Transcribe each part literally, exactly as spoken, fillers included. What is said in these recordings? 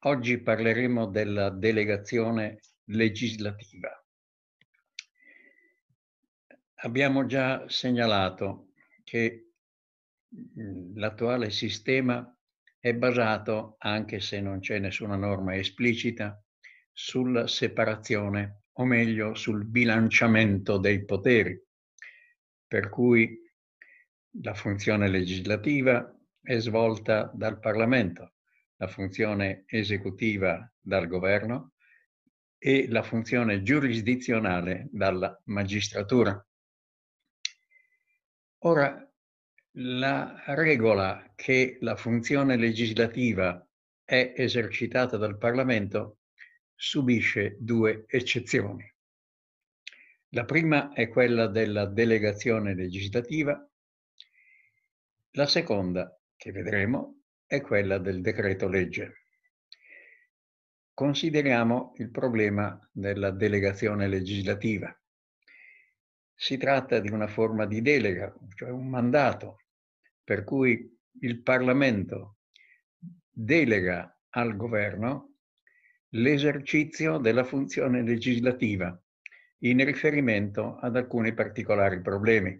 Oggi parleremo della delegazione legislativa. Abbiamo già segnalato che mhmm, l'attuale sistema è basato, anche se non c'è nessuna norma esplicita, sulla separazione, o meglio sul bilanciamento dei poteri, per cui la funzione legislativa è svolta dal Parlamento, la funzione esecutiva dal governo e la funzione giurisdizionale dalla magistratura. Ora, la regola che la funzione legislativa è esercitata dal Parlamento subisce due eccezioni. La prima è quella della delegazione legislativa, la seconda, che vedremo, è quella del decreto legge. Consideriamo il problema della delegazione legislativa. Si tratta di una forma di delega, cioè un mandato, per cui il Parlamento delega al governo l'esercizio della funzione legislativa in riferimento ad alcuni particolari problemi.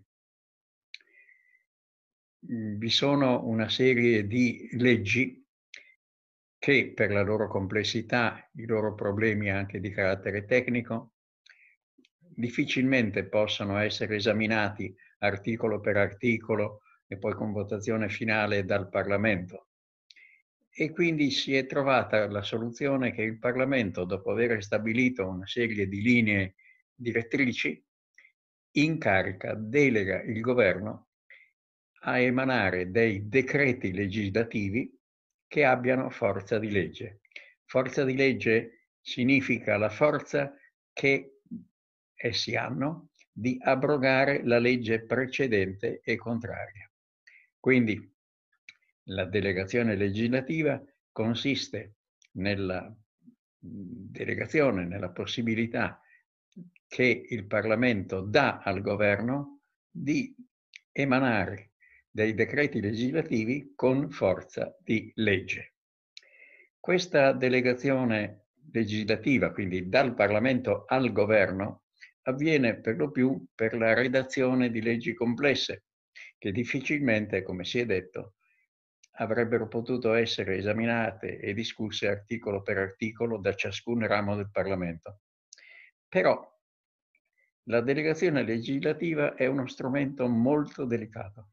Vi sono una serie di leggi che, per la loro complessità, i loro problemi anche di carattere tecnico, difficilmente possono essere esaminati articolo per articolo e poi con votazione finale dal Parlamento. E quindi si è trovata la soluzione che il Parlamento, dopo aver stabilito una serie di linee direttrici, incarica, delega il governo a emanare dei decreti legislativi che abbiano forza di legge. Forza di legge significa la forza che essi hanno di abrogare la legge precedente e contraria. Quindi la delegazione legislativa consiste nella delegazione, nella possibilità che il Parlamento dà al governo di emanare dei decreti legislativi con forza di legge. Questa delegazione legislativa, quindi dal Parlamento al governo, avviene per lo più per la redazione di leggi complesse, che difficilmente, come si è detto, avrebbero potuto essere esaminate e discusse articolo per articolo da ciascun ramo del Parlamento. Però la delegazione legislativa è uno strumento molto delicato,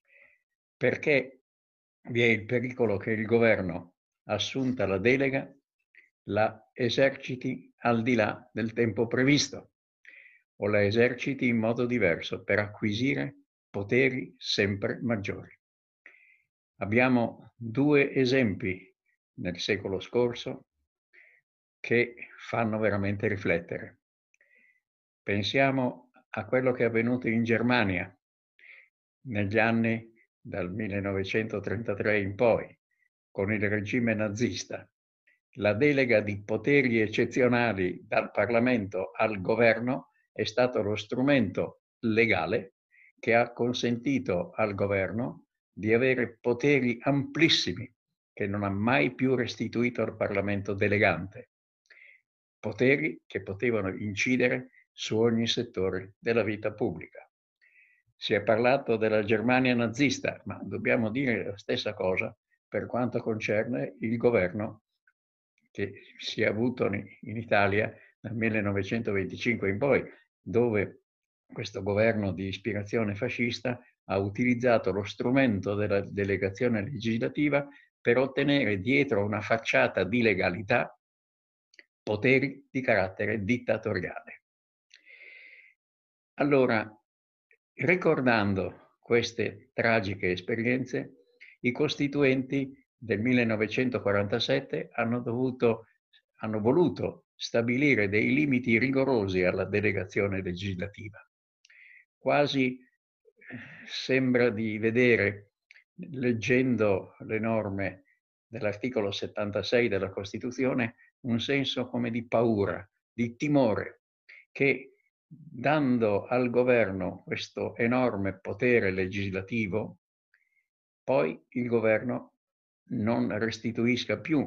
perché vi è il pericolo che il governo, assunta la delega, la eserciti al di là del tempo previsto o la eserciti in modo diverso per acquisire poteri sempre maggiori. Abbiamo due esempi nel secolo scorso che fanno veramente riflettere. Pensiamo a quello che è avvenuto in Germania negli anni dal millenovecentotrentatré in poi, con il regime nazista. La delega di poteri eccezionali dal Parlamento al governo è stato lo strumento legale che ha consentito al governo di avere poteri amplissimi che non ha mai più restituito al Parlamento delegante. Poteri che potevano incidere su ogni settore della vita pubblica. Si è parlato della Germania nazista, ma dobbiamo dire la stessa cosa per quanto concerne il governo che si è avuto in Italia dal millenovecentoventicinque in poi, dove questo governo di ispirazione fascista ha utilizzato lo strumento della delegazione legislativa per ottenere dietro una facciata di legalità poteri di carattere dittatoriale. Allora, ricordando queste tragiche esperienze, i costituenti del millenovecentoquarantasette hanno dovuto, hanno voluto stabilire dei limiti rigorosi alla delegazione legislativa. Quasi sembra di vedere, leggendo le norme dell'articolo settantasei della Costituzione, un senso come di paura, di timore, che dando al governo questo enorme potere legislativo, poi il governo non restituisca più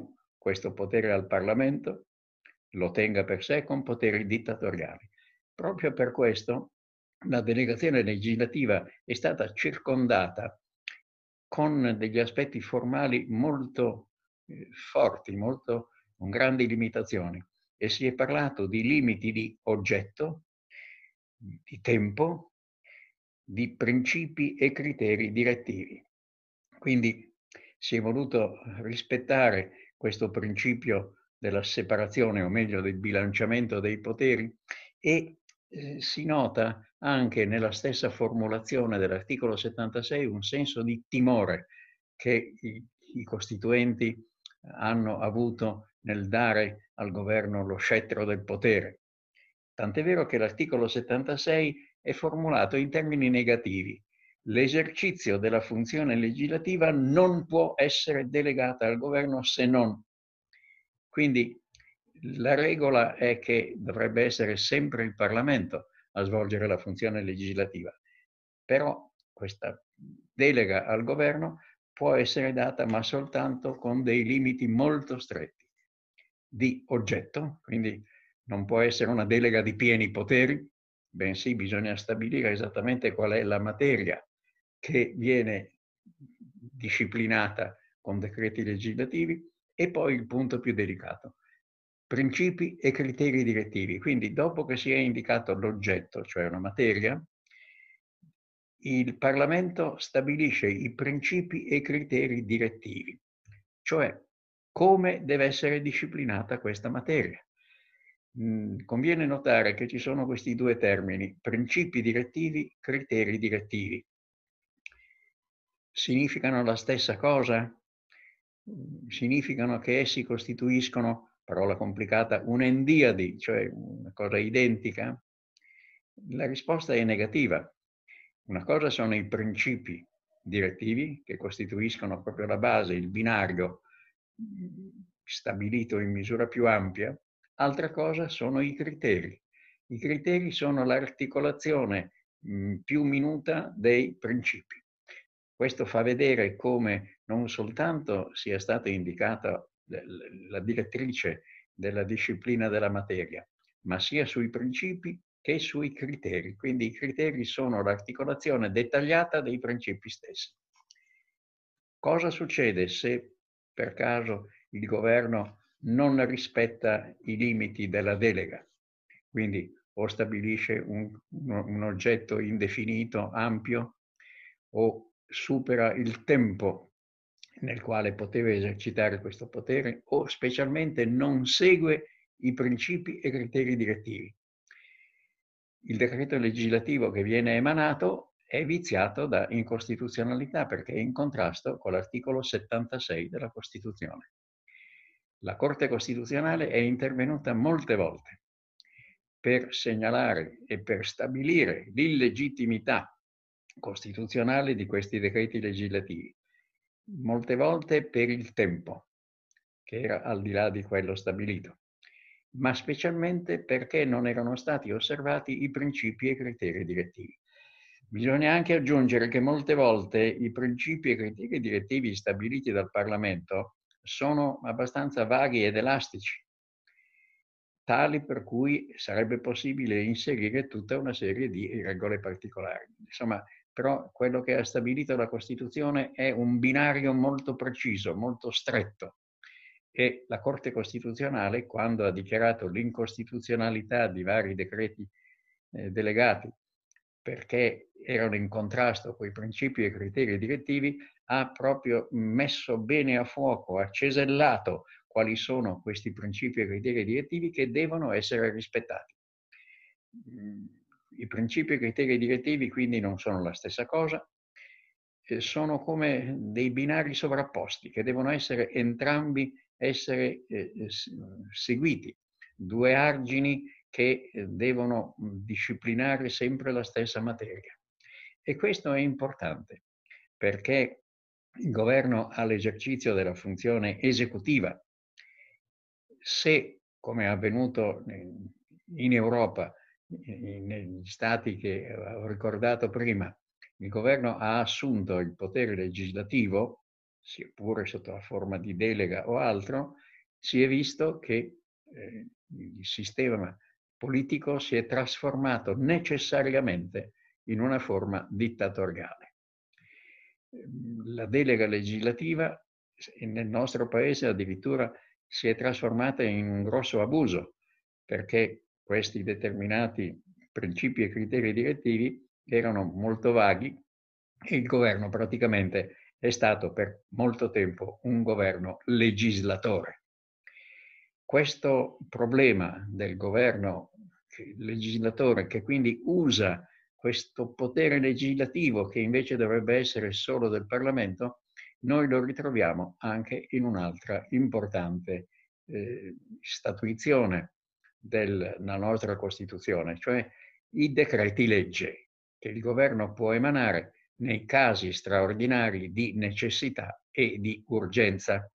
questo potere al Parlamento, lo tenga per sé con poteri dittatoriali. Proprio per questo la delegazione legislativa è stata circondata con degli aspetti formali molto eh, forti, molto, con grandi limitazioni, e si è parlato di limiti di oggetto, di tempo, di principi e criteri direttivi. Quindi si è voluto rispettare questo principio della separazione, o meglio del bilanciamento dei poteri, e eh, si nota anche nella stessa formulazione dell'articolo settantasei un senso di timore che i, i costituenti hanno avuto nel dare al governo lo scettro del potere. Tant'è vero che l'articolo settantasei è formulato in termini negativi. L'esercizio della funzione legislativa non può essere delegata al governo se non. Quindi la regola è che dovrebbe essere sempre il Parlamento a svolgere la funzione legislativa, però questa delega al governo può essere data ma soltanto con dei limiti molto stretti di oggetto, quindi non può essere una delega di pieni poteri, bensì bisogna stabilire esattamente qual è la materia che viene disciplinata con decreti legislativi, e poi il punto più delicato, principi e criteri direttivi. Quindi dopo che si è indicato l'oggetto, cioè una materia, il Parlamento stabilisce i principi e i criteri direttivi, cioè come deve essere disciplinata questa materia. Mm, conviene notare che ci sono questi due termini, principi direttivi, criteri direttivi. Significano la stessa cosa? Significano che essi costituiscono, parola complicata, un'endiadi, cioè una cosa identica? La risposta è negativa. Una cosa sono i principi direttivi, che costituiscono proprio la base, il binario stabilito in misura più ampia. Altra cosa sono i criteri. I criteri sono l'articolazione più minuta dei principi. Questo fa vedere come non soltanto sia stata indicata la direttrice della disciplina della materia, ma sia sui principi che sui criteri. Quindi i criteri sono l'articolazione dettagliata dei principi stessi. Cosa succede se per caso il governo non rispetta i limiti della delega? Quindi o stabilisce un, un oggetto indefinito, ampio, o supera il tempo nel quale poteva esercitare questo potere, o specialmente non segue i principi e criteri direttivi. Il decreto legislativo che viene emanato è viziato da incostituzionalità perché è in contrasto con l'articolo settantasei della Costituzione. La Corte Costituzionale è intervenuta molte volte per segnalare e per stabilire l'illegittimità costituzionale di questi decreti legislativi, molte volte per il tempo, che era al di là di quello stabilito, ma specialmente perché non erano stati osservati i principi e i criteri direttivi. Bisogna anche aggiungere che molte volte i principi e i criteri direttivi stabiliti dal Parlamento sono abbastanza vaghi ed elastici, tali per cui sarebbe possibile inserire tutta una serie di regole particolari. Insomma, però quello che ha stabilito la Costituzione è un binario molto preciso, molto stretto, e la Corte Costituzionale, quando ha dichiarato l'incostituzionalità di vari decreti eh, delegati perché erano in contrasto con i principi e criteri direttivi, ha proprio messo bene a fuoco, ha cesellato quali sono questi principi e criteri direttivi che devono essere rispettati. I principi e criteri direttivi quindi non sono la stessa cosa, sono come dei binari sovrapposti che devono essere entrambi essere eh, seguiti, due argini che devono disciplinare sempre la stessa materia. E questo è importante perché il governo ha l'esercizio della funzione esecutiva. Se, come è avvenuto in Europa, negli stati che ho ricordato prima, il governo ha assunto il potere legislativo, sia pure sotto la forma di delega o altro, si è visto che eh, il sistema politico si è trasformato necessariamente in una forma dittatoriale. La delega legislativa nel nostro paese addirittura si è trasformata in un grosso abuso, perché questi determinati principi e criteri direttivi erano molto vaghi e il governo praticamente è stato per molto tempo un governo legislatore. Questo problema del governo legislatore, che quindi usa questo potere legislativo che invece dovrebbe essere solo del Parlamento, noi lo ritroviamo anche in un'altra importante eh, statuizione della nostra Costituzione, cioè i decreti legge che il governo può emanare nei casi straordinari di necessità e di urgenza.